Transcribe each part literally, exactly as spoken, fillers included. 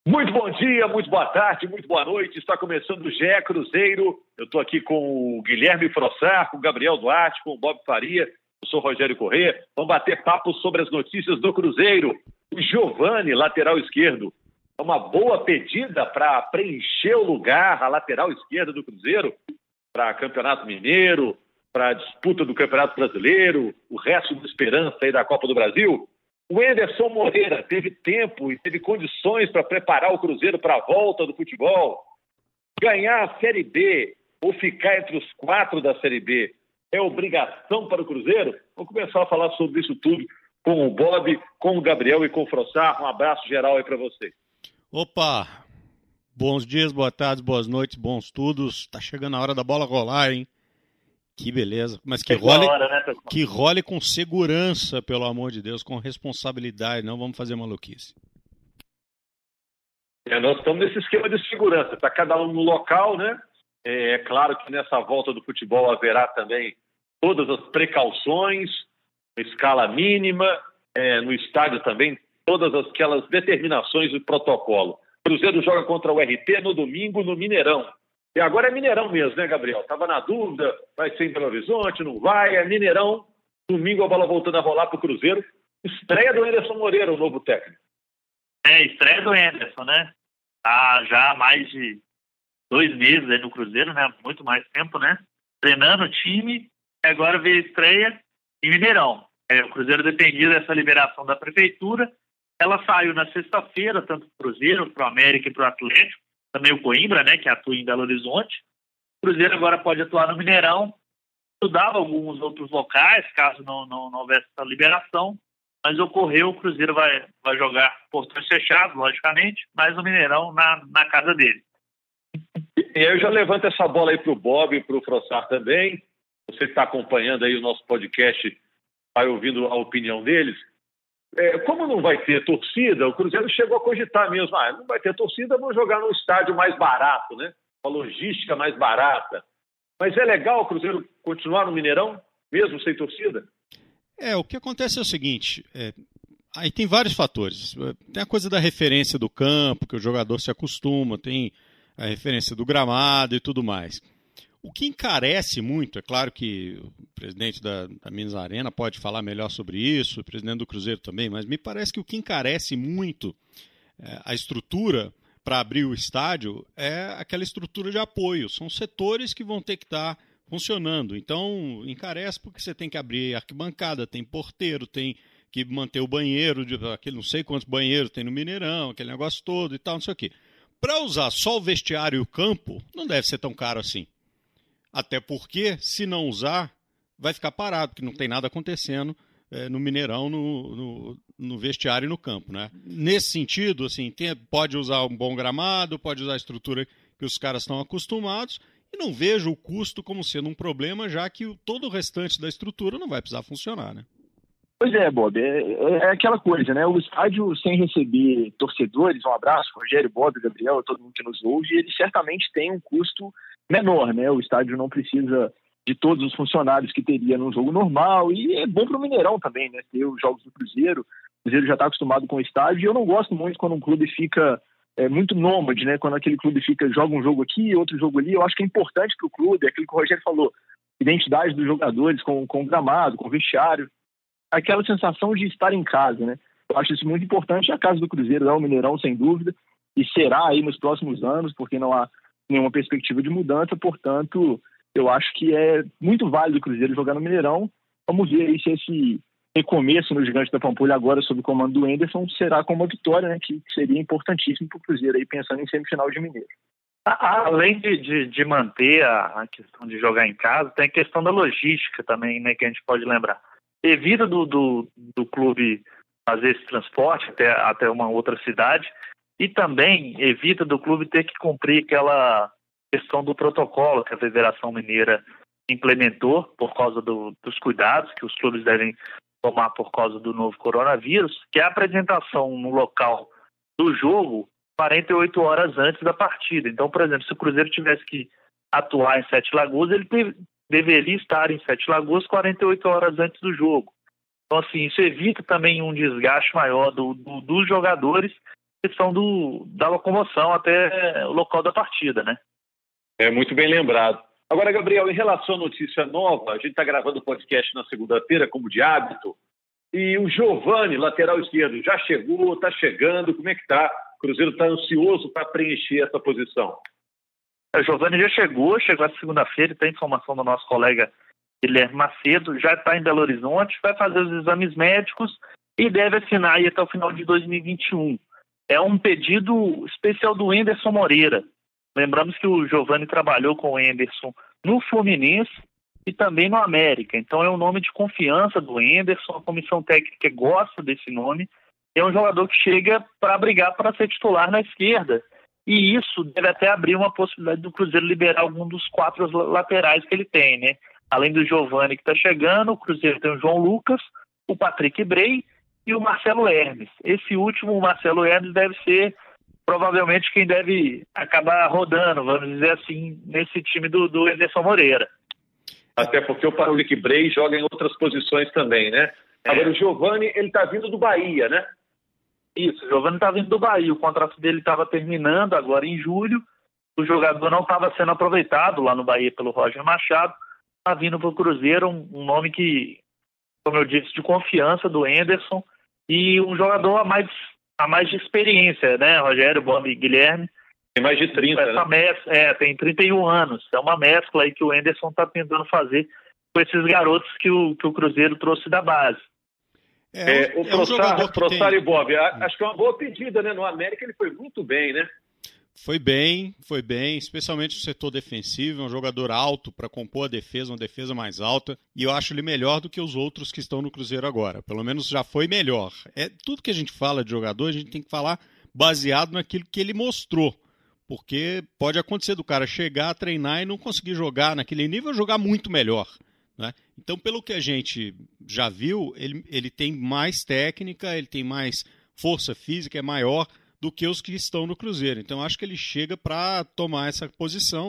Muito bom dia, muito boa tarde, muito boa noite. Está começando o G E Cruzeiro. Eu estou aqui com o Guilherme Frossar, com o Gabriel Duarte, com o Bob Faria. Eu sou o Rogério Corrêa. Vamos bater papo sobre as notícias do Cruzeiro. O Giovani, lateral esquerdo. É uma boa pedida para preencher o lugar, a lateral esquerda do Cruzeiro, para Campeonato Mineiro, para a disputa do Campeonato Brasileiro, o resto da esperança aí da Copa do Brasil. O Enderson Moreira teve tempo e teve condições para preparar o Cruzeiro para a volta do futebol. Ganhar a Série B ou ficar entre os quatro da Série B é obrigação para o Cruzeiro? Vamos começar a falar sobre isso tudo com o Bob, com o Gabriel e com o Frossar. Um abraço geral aí para vocês. Opa! Bons dias, boa tarde, boas noites, bons estudos. Tá chegando a hora da bola rolar, hein? Que beleza. Mas que role, hora, né, que role com segurança, pelo amor de Deus, com responsabilidade, não vamos fazer maluquice. É, nós estamos nesse esquema de segurança, está cada um no local, né? É, é claro que nessa volta do futebol haverá também todas as precauções, escala mínima, é, no estádio também, todas aquelas determinações do protocolo. O Cruzeiro joga contra o R T no domingo no Mineirão. E agora é Mineirão mesmo, né, Gabriel? Estava na dúvida, vai ser em Belo Horizonte, não vai, é Mineirão. Domingo a bola voltando a rolar para o Cruzeiro. Estreia do Enderson Moreira, o novo técnico. É, estreia do Enderson, né? Tá já há mais de dois meses aí no Cruzeiro, né? Muito mais tempo, né? Treinando o time, e agora veio a estreia em Mineirão. É, o Cruzeiro dependia dessa liberação da Prefeitura. Ela saiu na sexta-feira, tanto para o Cruzeiro, para o América e para o Atlético. Também o Coimbra, né, que atua em Belo Horizonte. O Cruzeiro agora pode atuar no Mineirão. Estudava alguns outros locais, caso não, não, não houvesse essa liberação. Mas ocorreu, o Cruzeiro vai, vai jogar portões fechados, logicamente, mas no Mineirão, na, na casa dele. E aí eu já levanto essa bola aí para o Bob e para o Frossar também. Você que está acompanhando aí o nosso podcast, vai ouvindo a opinião deles. É, como não vai ter torcida, o Cruzeiro chegou a cogitar mesmo, ah, não vai ter torcida, vamos jogar num estádio mais barato, né? Uma logística mais barata. Mas é legal o Cruzeiro continuar no Mineirão, mesmo sem torcida? É, o que acontece é o seguinte, é, aí tem vários fatores. Tem a coisa da referência do campo, que o jogador se acostuma, tem a referência do gramado e tudo mais. O que encarece muito, é claro que o presidente da, da Minas Arena pode falar melhor sobre isso, o presidente do Cruzeiro também, mas me parece que o que encarece muito é, a estrutura para abrir o estádio é aquela estrutura de apoio. São setores que vão ter que estar funcionando. Então, encarece porque você tem que abrir arquibancada, tem porteiro, tem que manter o banheiro, de, aquele não sei quantos banheiros tem no Mineirão, aquele negócio todo e tal, não sei o quê. Para usar só o vestiário e o campo, não deve ser tão caro assim. Até porque, se não usar, vai ficar parado, porque não tem nada acontecendo é, no Mineirão, no, no, no vestiário e no campo, né? Nesse sentido, assim, tem, pode usar um bom gramado, pode usar a estrutura que os caras estão acostumados, e não vejo o custo como sendo um problema, já que o, todo o restante da estrutura não vai precisar funcionar, né? Pois é, Bob, é, é aquela coisa, né? O estádio sem receber torcedores, um abraço, Rogério, Bob, Gabriel, todo mundo que nos ouve, ele certamente tem um custo menor, né? O estádio não precisa de todos os funcionários que teria num jogo normal, e é bom para o Mineirão também, né? Ter os jogos do Cruzeiro, o Cruzeiro já está acostumado com o estádio, e eu não gosto muito quando um clube fica é, muito nômade, né? Quando aquele clube fica, joga um jogo aqui, outro jogo ali, eu acho que é importante para o clube, é aquilo que o Rogério falou, identidade dos jogadores com, com o gramado, com o vestiário, aquela sensação de estar em casa, né? Eu acho isso muito importante, a casa do Cruzeiro é o Mineirão, sem dúvida, e será aí nos próximos anos, porque não há nenhuma perspectiva de mudança, portanto, eu acho que é muito válido o Cruzeiro jogar no Mineirão. Vamos ver aí se esse recomeço no Gigante da Pampulha agora sob o comando do Enderson será com uma vitória, né, que seria importantíssimo para o Cruzeiro aí pensando em semifinal de Mineiro. Além de, de, de manter a, a questão de jogar em casa, tem a questão da logística também, né, que a gente pode lembrar. Evita do, do, do clube fazer esse transporte até, até uma outra cidade e também evita do clube ter que cumprir aquela questão do protocolo que a Federação Mineira implementou por causa do, dos cuidados que os clubes devem tomar por causa do novo coronavírus, que é a apresentação no local do jogo quarenta e oito horas antes da partida. Então, por exemplo, se o Cruzeiro tivesse que atuar em Sete Lagoas, ele teve, deveria estar em Sete Lagoas quarenta e oito horas antes do jogo. Então, assim, isso evita também um desgaste maior do, do, dos jogadores questão do, da locomoção até o local da partida, né? É muito bem lembrado. Agora, Gabriel, em relação à notícia nova, a gente está gravando o podcast na segunda-feira, como de hábito, e o Giovani, lateral esquerdo, já chegou, está chegando, como é que está? O Cruzeiro está ansioso para preencher essa posição. O Giovani já chegou, chegou essa segunda-feira, tem informação do nosso colega Guilherme Macedo, já está em Belo Horizonte, vai fazer os exames médicos e deve assinar aí até o final de dois mil e vinte e um. É um pedido especial do Enderson Moreira. Lembramos que o Giovani trabalhou com o Enderson no Fluminense e também no América. Então é um nome de confiança do Enderson, a comissão técnica gosta desse nome. É um jogador que chega para brigar para ser titular na esquerda. E isso deve até abrir uma possibilidade do Cruzeiro liberar algum dos quatro laterais que ele tem, né? Além do Giovani que está chegando, o Cruzeiro tem o João Lucas, o Patrick Bray e o Marcelo Hermes. Esse último, o Marcelo Hermes, deve ser provavelmente quem deve acabar rodando, vamos dizer assim, nesse time do, do Enderson Moreira. Até porque o Patrick Bray joga em outras posições também, né? É. Agora o Giovani, ele está vindo do Bahia, né? Isso, o Giovani está vindo do Bahia. O contrato dele estava terminando agora em julho. O jogador não estava sendo aproveitado lá no Bahia pelo Roger Machado. Está vindo para o Cruzeiro, um, um nome que, como eu disse, de confiança do Enderson e um jogador a mais, a mais de experiência, né, Rogério, Bob e Guilherme? Tem mais de trinta, essa né? Mescla, é, tem trinta e um anos. É uma mescla aí que o Enderson está tentando fazer com esses garotos que o, que o Cruzeiro trouxe da base. É, é, o é um Prossar tem... e Bob, acho que é uma boa pedida, né? No América ele foi muito bem, né? Foi bem, foi bem, especialmente no setor defensivo, é um jogador alto para compor a defesa, uma defesa mais alta, e eu acho ele melhor do que os outros que estão no Cruzeiro agora, pelo menos já foi melhor. É, tudo que a gente fala de jogador, a gente tem que falar baseado naquilo que ele mostrou, porque pode acontecer do cara chegar, treinar e não conseguir jogar naquele nível, jogar muito melhor, né? Então, pelo que a gente já viu, ele, ele tem mais técnica, ele tem mais força física, é maior do que os que estão no Cruzeiro. Então, acho que ele chega para tomar essa posição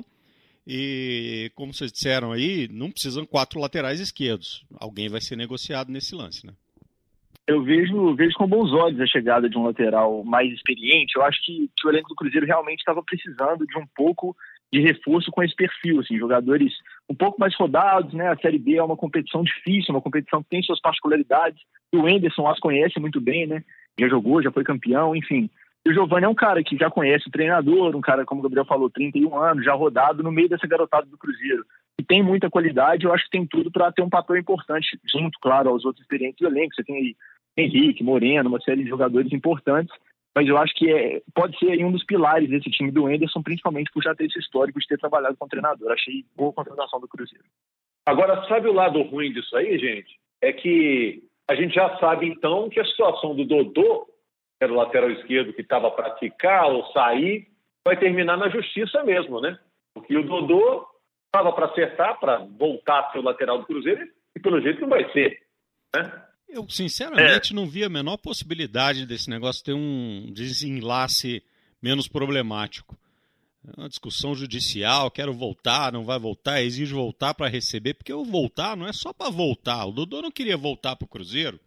e, como vocês disseram aí, não precisam quatro laterais esquerdos. Alguém vai ser negociado nesse lance, né? Eu vejo, vejo com bons olhos a chegada de um lateral mais experiente. Eu acho que, que o elenco do Cruzeiro realmente estava precisando de um pouco de reforço com esse perfil, assim, jogadores um pouco mais rodados, né? A Série B é uma competição difícil, uma competição que tem suas particularidades, e o Enderson as conhece muito bem, né? Já jogou, já foi campeão, enfim. E o Giovani é um cara que já conhece o treinador, um cara, como o Gabriel falou, trinta e um anos, já rodado no meio dessa garotada do Cruzeiro, e tem muita qualidade. Eu acho que tem tudo para ter um papel importante, junto, claro, aos outros experientes do elenco. Você tem aí Henrique, Moreno, uma série de jogadores importantes, mas eu acho que é, pode ser aí um dos pilares desse time do Enderson, principalmente por já ter esse histórico de ter trabalhado com o treinador. Achei boa a contratação do Cruzeiro. Agora, sabe o lado ruim disso aí, gente? É que a gente já sabe, então, que a situação do Dodô, que era o lateral esquerdo que estava para ficar ou sair, vai terminar na justiça mesmo, né? Porque o Dodô estava para acertar, para voltar a ser o lateral do Cruzeiro, e pelo jeito não vai ser, né? Eu, sinceramente, é. não vi a menor possibilidade desse negócio ter um desenlace menos problemático. É uma discussão judicial, quero voltar, não vai voltar, exige voltar para receber, porque o voltar não é só para voltar. O Dodô não queria voltar para o Cruzeiro.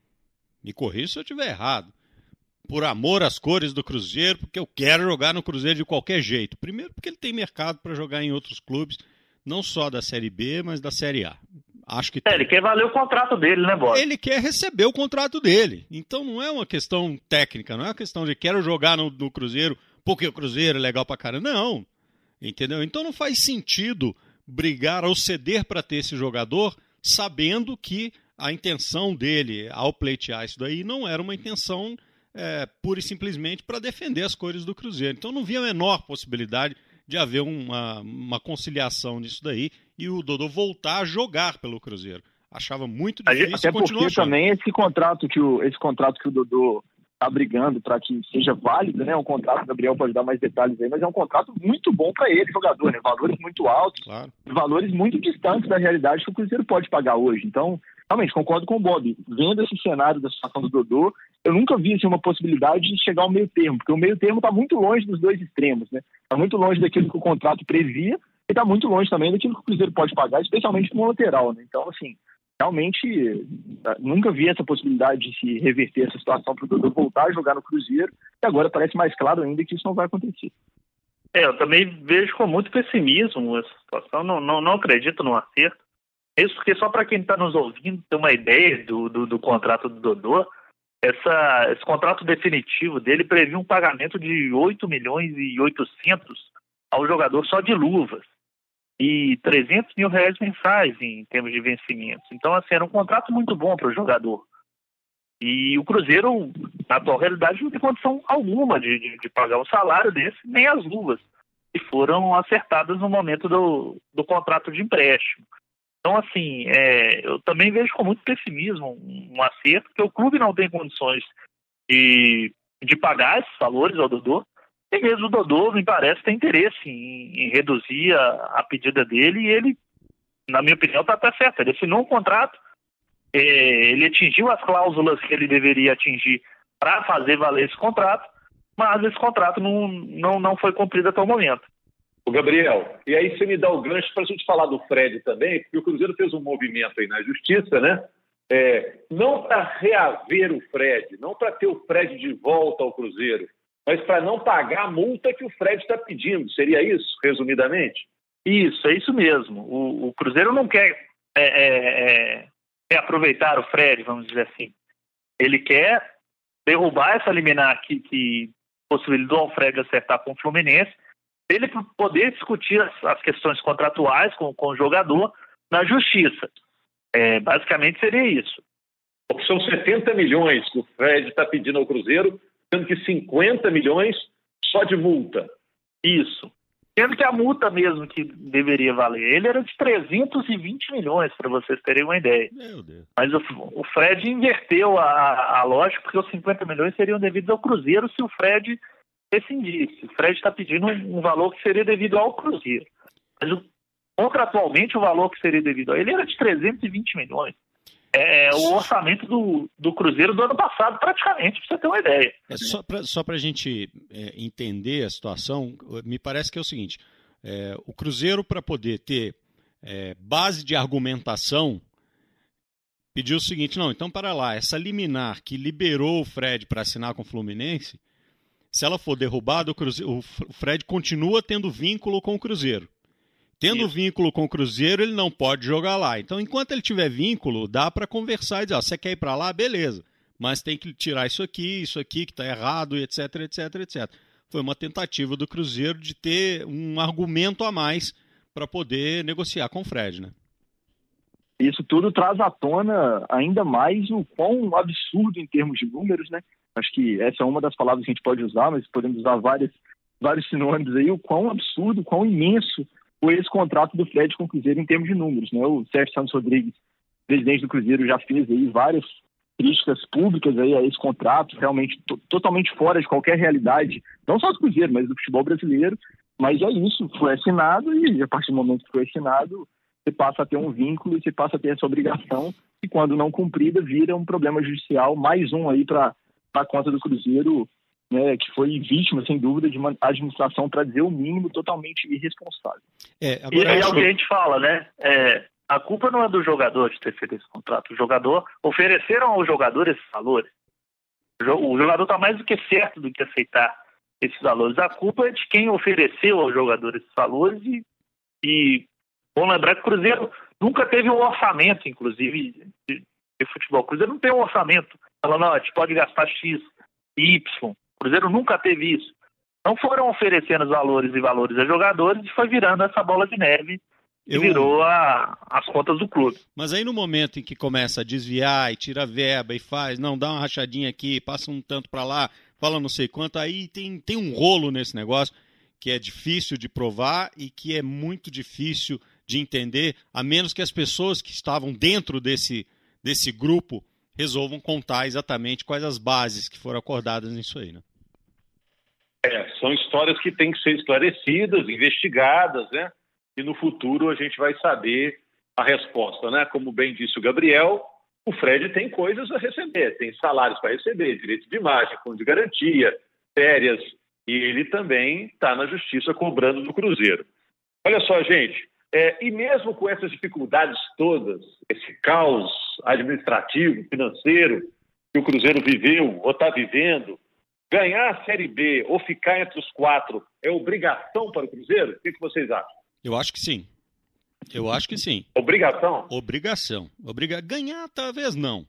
Me corrija se eu estiver errado. Por amor às cores do Cruzeiro, porque eu quero jogar no Cruzeiro de qualquer jeito. Primeiro porque ele tem mercado para jogar em outros clubes, não só da Série B, mas da Série A. Acho que é, ele quer valer o contrato dele, né, Bob? Ele quer receber o contrato dele. Então não é uma questão técnica, não é uma questão de quero jogar no, no Cruzeiro porque o Cruzeiro é legal pra caramba. Não, entendeu? Então não faz sentido brigar ou ceder para ter esse jogador sabendo que a intenção dele ao pleitear isso daí não era uma intenção é, pura e simplesmente para defender as cores do Cruzeiro. Então não via a menor possibilidade de haver uma, uma conciliação nisso daí e o Dodô voltar a jogar pelo Cruzeiro. Achava muito difícil. Até porque também esse contrato que o, esse contrato que o Dodô está brigando para que seja válido, né? Um contrato, o Gabriel pode dar mais detalhes aí, mas é um contrato muito bom para ele, jogador, né? Valores muito altos, claro. Valores muito distantes da realidade que o Cruzeiro pode pagar hoje. Então, realmente, concordo com o Bob. Vendo esse cenário da situação do Dodô, eu nunca vi assim, uma possibilidade de chegar ao meio termo, porque o meio termo está muito longe dos dois extremos, né? Está muito longe daquilo que o contrato previa e está muito longe também daquilo que o Cruzeiro pode pagar, especialmente com o lateral, né? Então, assim, realmente nunca vi essa possibilidade de se reverter essa situação para o Dodô voltar a jogar no Cruzeiro, e agora parece mais claro ainda que isso não vai acontecer. É, eu também vejo com muito pessimismo essa situação, não, não, não acredito no acerto. Isso porque só para quem está nos ouvindo ter uma ideia do, do, do contrato do Dodô, essa, esse contrato definitivo dele previa um pagamento de oito milhões e oitocentos ao jogador só de luvas e trezentos mil reais mensais em termos de vencimentos. Então, assim, era um contrato muito bom para o jogador. E o Cruzeiro, na atual realidade, não tem condição alguma de, de, de pagar o salário desse, nem as luvas, que foram acertadas no momento do, do contrato de empréstimo. Então, assim, é, eu também vejo com muito pessimismo um, um acerto, porque o clube não tem condições de, de pagar esses valores ao Dodô, e mesmo o Dodô, me parece, tem interesse em, em reduzir a, a pedida dele, e ele, na minha opinião, está até certo. Ele assinou um contrato, é, ele atingiu as cláusulas que ele deveria atingir para fazer valer esse contrato, mas esse contrato não, não, não foi cumprido até o momento. O Gabriel, e aí você me dá o gancho para a gente falar do Fred também, porque o Cruzeiro fez um movimento aí na Justiça, né? É, não para reaver o Fred, não para ter o Fred de volta ao Cruzeiro, mas para não pagar a multa que o Fred está pedindo. Seria isso, resumidamente? Isso, é isso mesmo. O, o Cruzeiro não quer é, é, é, aproveitar o Fred, vamos dizer assim. Ele quer derrubar essa liminar que, que possibilitou ao Fred acertar com o Fluminense, ele poder discutir as, as questões contratuais com, com o jogador na Justiça. É, basicamente seria isso. São setenta milhões que o Fred está pedindo ao Cruzeiro, sendo que cinquenta milhões só de multa. Isso. Sendo que a multa mesmo que deveria valer ele era de trezentos e vinte milhões, para vocês terem uma ideia. Meu Deus. Mas o, o Fred inverteu a, a lógica, porque os cinquenta milhões seriam devidos ao Cruzeiro se o Fred rescindisse. O Fred está pedindo um, um valor que seria devido ao Cruzeiro. Mas o, contratualmente o valor que seria devido a ele era de trezentos e vinte milhões. É o orçamento do, do Cruzeiro do ano passado, praticamente, para você ter uma ideia. É, só para só a gente é, entender a situação, me parece que é o seguinte, é, o Cruzeiro, para poder ter é, base de argumentação, pediu o seguinte, não, então para lá, essa liminar que liberou o Fred para assinar com o Fluminense, se ela for derrubada, o, Cruzeiro, o Fred continua tendo vínculo com o Cruzeiro. Tendo Isso. vínculo com o Cruzeiro, ele não pode jogar lá. Então, enquanto ele tiver vínculo, dá para conversar e dizer, ó, você quer ir para lá? Beleza. Mas tem que tirar isso aqui, isso aqui que está errado, etc, etc, etcétera. Foi uma tentativa do Cruzeiro de ter um argumento a mais para poder negociar com o Fred, né? Isso tudo traz à tona ainda mais o quão absurdo em termos de números, né? Acho que essa é uma das palavras que a gente pode usar, mas podemos usar várias, vários sinônimos aí, o quão absurdo, o quão imenso foi esse contrato do Fred com o Cruzeiro em termos de números, né? O Sérgio Santos Rodrigues, presidente do Cruzeiro, já fez aí várias críticas públicas aí a esse contrato, realmente to- totalmente fora de qualquer realidade, não só do Cruzeiro, mas do futebol brasileiro. Mas é isso, foi assinado e a partir do momento que foi assinado, você passa a ter um vínculo e você passa a ter essa obrigação e quando não cumprida vira um problema judicial, mais um aí para a conta do Cruzeiro, né, que foi vítima, sem dúvida, de uma administração, para dizer o mínimo, totalmente irresponsável. É, agora e aí é o que a gente fala, né? É, a culpa não é do jogador de ter feito esse contrato. O jogador, ofereceram ao jogador esses valores. O jogador está mais do que certo do que aceitar esses valores. A culpa é de quem ofereceu ao jogador esses valores e, e vamos lembrar que o Cruzeiro nunca teve um orçamento, inclusive, de, de futebol. O Cruzeiro não tem um orçamento. Falando, não, a gente pode gastar X, Y. O Cruzeiro nunca teve isso. Não foram oferecendo valores e valores a jogadores e foi virando essa bola de neve e Eu... virou a, as contas do clube. Mas aí no momento em que começa a desviar e tira a verba e faz, não, dá uma rachadinha aqui, passa um tanto para lá, fala não sei quanto, aí tem, tem um rolo nesse negócio que é difícil de provar e que é muito difícil de entender, a menos que as pessoas que estavam dentro desse, desse grupo resolvam contar exatamente quais as bases que foram acordadas nisso aí, né? É, são histórias que têm que ser esclarecidas, investigadas, né? E no futuro a gente vai saber a resposta, né? Como bem disse o Gabriel, o Fred tem coisas a receber, tem salários para receber, direito de imagem, fundo de garantia, férias, e ele também está na justiça cobrando do Cruzeiro. Olha só, gente, É, e mesmo com essas dificuldades todas, esse caos administrativo, financeiro que o Cruzeiro viveu ou está vivendo, ganhar a Série B ou ficar entre os quatro é obrigação para o Cruzeiro? O que, que vocês acham? Eu acho que sim. Eu acho que sim. Obrigação? Obrigação. Obriga... Ganhar, talvez não.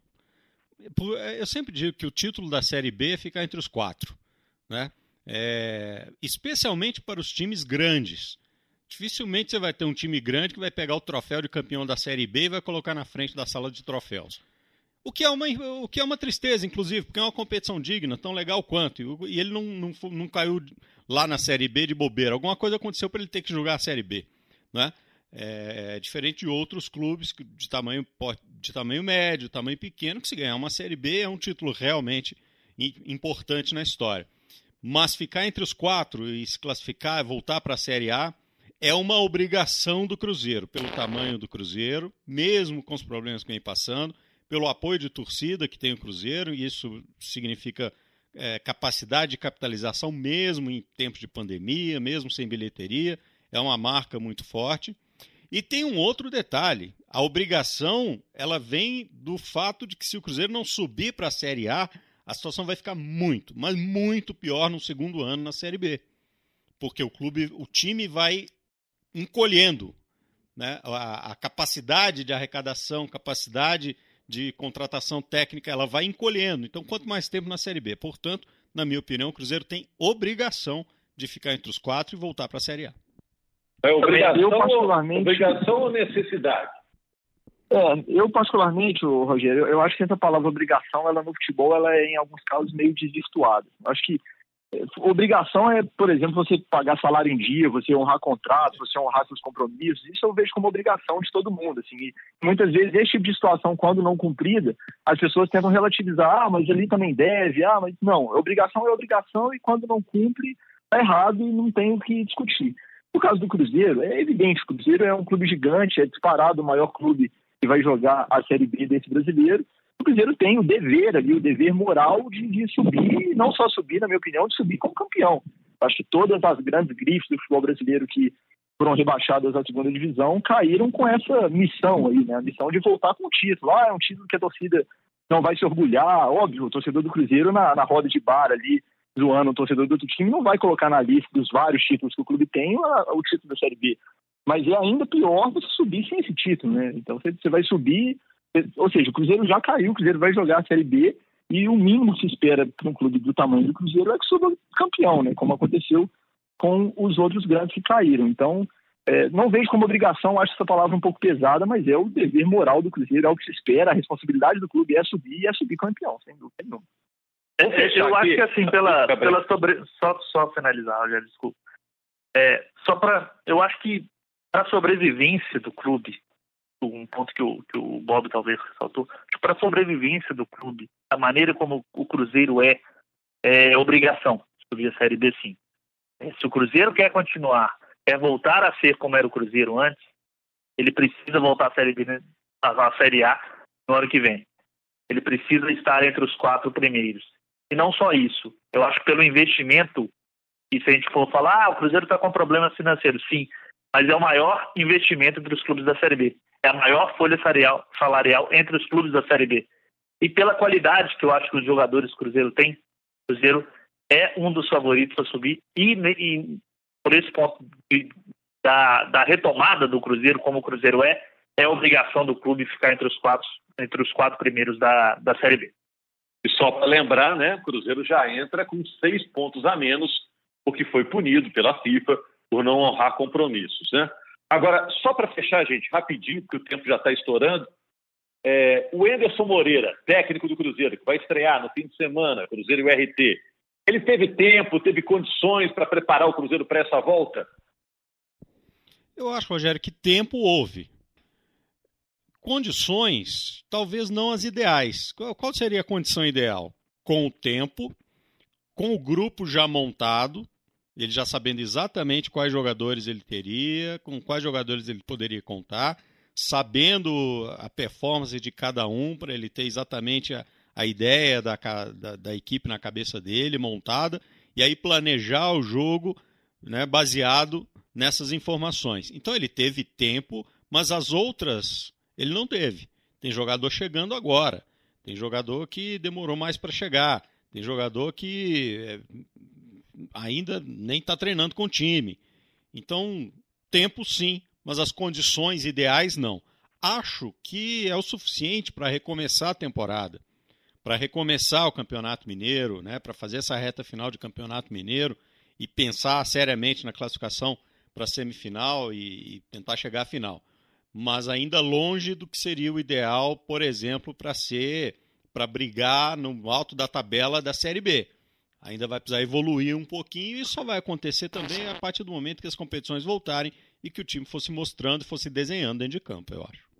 Eu sempre digo que o título da Série B é ficar entre os quatro, né? É... Especialmente para os times grandes. Dificilmente você vai ter um time grande que vai pegar o troféu de campeão da Série B e vai colocar na frente da sala de troféus. O que é uma, o que é uma tristeza, inclusive, porque é uma competição digna, tão legal quanto. E ele não, não, não caiu lá na Série B de bobeira. Alguma coisa aconteceu para ele ter que jogar a Série B, né? É, é diferente de outros clubes de tamanho, de tamanho médio, tamanho pequeno, que se ganhar uma Série B é um título realmente importante na história. Mas ficar entre os quatro e se classificar, voltar para a Série A, é uma obrigação do Cruzeiro, pelo tamanho do Cruzeiro, mesmo com os problemas que vem passando, pelo apoio de torcida que tem o Cruzeiro, e isso significa é, capacidade de capitalização mesmo em tempos de pandemia, mesmo sem bilheteria, é uma marca muito forte. E tem um outro detalhe, a obrigação ela vem do fato de que se o Cruzeiro não subir para a Série A, a situação vai ficar muito, mas muito pior no segundo ano na Série B, porque o clube, o time vai encolhendo, né? A, a capacidade de arrecadação, capacidade de contratação técnica, ela vai encolhendo. Então, quanto mais tempo na Série B. Portanto, na minha opinião, o Cruzeiro tem obrigação de ficar entre os quatro e voltar para a Série A. É obrigação, eu, particularmente... obrigação ou necessidade? É, eu, particularmente, Rogério, eu, eu acho que essa palavra obrigação, ela no futebol, ela é, em alguns casos, meio desvirtuada. Eu acho que obrigação é, por exemplo, você pagar salário em dia, você honrar contratos, você honrar seus compromissos. Isso eu vejo como obrigação de todo mundo. Assim. E muitas vezes, esse tipo de situação, quando não cumprida, as pessoas tentam relativizar, ah, mas ele também deve, ah, mas não. Obrigação é obrigação e quando não cumpre, tá errado e não tem o que discutir. No caso do Cruzeiro, é evidente, o Cruzeiro é um clube gigante, é disparado o maior clube que vai jogar a Série B desse brasileiro. O Cruzeiro tem o dever ali, o dever moral de, de subir, e não só subir, na minha opinião, de subir como campeão. Acho que todas as grandes grifes do futebol brasileiro que foram rebaixadas à segunda divisão caíram com essa missão aí, né? A missão de voltar com o título. Ah, é um título que a torcida não vai se orgulhar. Óbvio, o torcedor do Cruzeiro na, na roda de bar ali, zoando o torcedor do outro time, não vai colocar na lista dos vários títulos que o clube tem a, o título da Série B. Mas é ainda pior você subir sem esse título, né? Então você, você vai subir... Ou seja, o Cruzeiro já caiu, o Cruzeiro vai jogar a Série B e o mínimo que se espera para um clube do tamanho do Cruzeiro é que suba campeão, né? Como aconteceu com os outros grandes que caíram. Então, é, não vejo como obrigação, acho essa palavra um pouco pesada, mas é o dever moral do Cruzeiro, é o que se espera, a responsabilidade do clube é subir e é subir campeão, sem dúvida nenhuma. Eu, eu acho que assim, pela, pela sobre... só, só finalizar, Rogério, desculpa. É, só para, eu acho que para a sobrevivência do clube, um ponto que o, que o Bob talvez ressaltou, para a sobrevivência do clube, a maneira como o Cruzeiro é, é obrigação subir a Série B, sim. Se o Cruzeiro quer continuar, quer voltar a ser como era o Cruzeiro antes, ele precisa voltar à Série B, né, à Série A no ano que vem. Ele precisa estar entre os quatro primeiros. E não só isso, eu acho que pelo investimento, e se a gente for falar, ah, o Cruzeiro está com problemas financeiros, sim, mas é o maior investimento entre os clubes da Série B. É a maior folha salarial, salarial entre os clubes da Série B. E pela qualidade que eu acho que os jogadores do Cruzeiro têm, o Cruzeiro é um dos favoritos a subir. E, e por esse ponto de, da, da retomada do Cruzeiro, como o Cruzeiro é, é obrigação do clube ficar entre os quatro, entre os quatro primeiros da, da Série B. E só para lembrar, né, o Cruzeiro já entra com seis pontos a menos, porque foi punido pela FIFA por não honrar compromissos, né? Agora, só para fechar, gente, rapidinho, porque o tempo já está estourando, é, o Enderson Moreira, técnico do Cruzeiro, que vai estrear no fim de semana, Cruzeiro e o R T, ele teve tempo, teve condições para preparar o Cruzeiro para essa volta? Eu acho, Rogério, que tempo houve. Condições, talvez não as ideais. Qual seria a condição ideal? Com o tempo, com o grupo já montado, ele já sabendo exatamente quais jogadores ele teria, com quais jogadores ele poderia contar, sabendo a performance de cada um, para ele ter exatamente a, a ideia da, da, da equipe na cabeça dele, montada, e aí planejar o jogo, né, baseado nessas informações. Então ele teve tempo, mas as outras ele não teve. Tem jogador chegando agora, tem jogador que demorou mais para chegar, tem jogador que ainda nem está treinando com o time. Então, tempo sim, mas as condições ideais não. Acho que é o suficiente para recomeçar a temporada, para recomeçar o Campeonato Mineiro, né, para fazer essa reta final de Campeonato Mineiro e pensar seriamente na classificação para a semifinal e, e tentar chegar à final. Mas ainda longe do que seria o ideal, por exemplo, para ser, para brigar no alto da tabela da Série B. Ainda vai precisar evoluir um pouquinho e isso só vai acontecer também a partir do momento que as competições voltarem e que o time fosse mostrando, fosse desenhando dentro de campo, eu acho.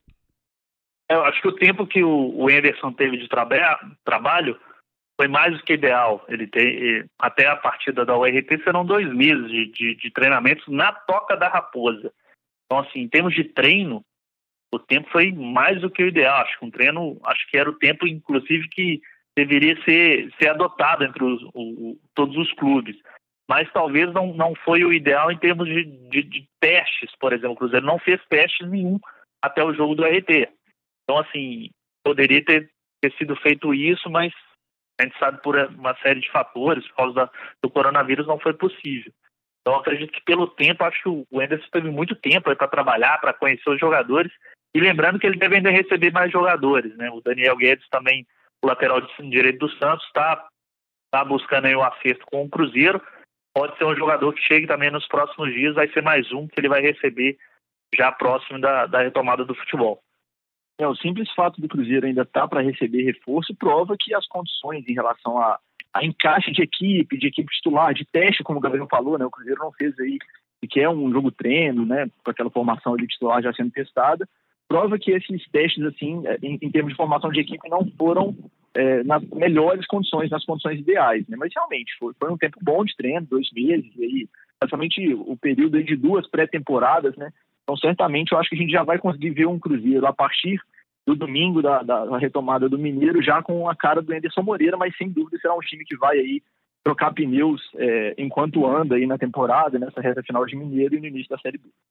Eu acho que o tempo que o Anderson teve de traba- trabalho foi mais do que ideal. Ele tem, até a partida da U R T serão dois meses de, de, de treinamento na Toca da Raposa. Então, assim, em termos de treino, o tempo foi mais do que o ideal. Acho que um treino, acho que era o tempo, inclusive, que deveria ser, ser adotado entre os, o, todos os clubes. Mas talvez não, não foi o ideal em termos de, de, de testes, por exemplo. O Cruzeiro não fez testes nenhum até o jogo do R T. Então, assim, poderia ter, ter sido feito isso, mas a gente sabe por uma série de fatores, por causa da, do coronavírus, não foi possível. Então, eu acredito que pelo tempo, acho que o Anderson teve muito tempo para trabalhar, para conhecer os jogadores. E lembrando que ele deve ainda receber mais jogadores, né? O Daniel Guedes também, o lateral direito do Santos, está tá buscando aí o acerto com o Cruzeiro. Pode ser um jogador que chegue também nos próximos dias, vai ser mais um que ele vai receber já próximo da, da retomada do futebol. É, o simples fato do Cruzeiro ainda estar tá para receber reforço prova que as condições em relação a, a encaixe de equipe, de equipe titular, de teste, como o Gabriel falou, né? O Cruzeiro não fez aí, que é um jogo treino, né? Com aquela formação de titular já sendo testada, prova que esses testes, assim, em, em termos de formação de equipe, não foram é, nas melhores condições, nas condições ideais, né? Mas realmente foi, foi um tempo bom de treino, dois meses, e aí, praticamente o período aí de duas pré-temporadas, né? Então, certamente, eu acho que a gente já vai conseguir ver um Cruzeiro a partir do domingo da, da retomada do Mineiro, já com a cara do Anderson Moreira, mas sem dúvida será um time que vai aí trocar pneus é, enquanto anda aí na temporada, nessa reta final de Mineiro e no início da Série B.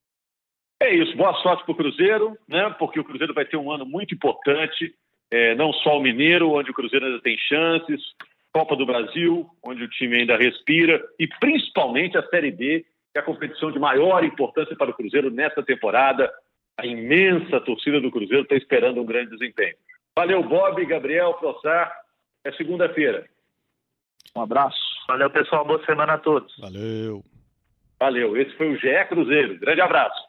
É isso, boa sorte para o Cruzeiro, né? Porque o Cruzeiro vai ter um ano muito importante, é, não só o Mineiro, onde o Cruzeiro ainda tem chances, Copa do Brasil, onde o time ainda respira, e principalmente a Série B, que é a competição de maior importância para o Cruzeiro nesta temporada. A imensa torcida do Cruzeiro está esperando um grande desempenho. Valeu, Bob, Gabriel, Frossar. É segunda-feira. Um abraço. Valeu, pessoal. Boa semana a todos. Valeu. Valeu. Esse foi o G E Cruzeiro. Grande abraço.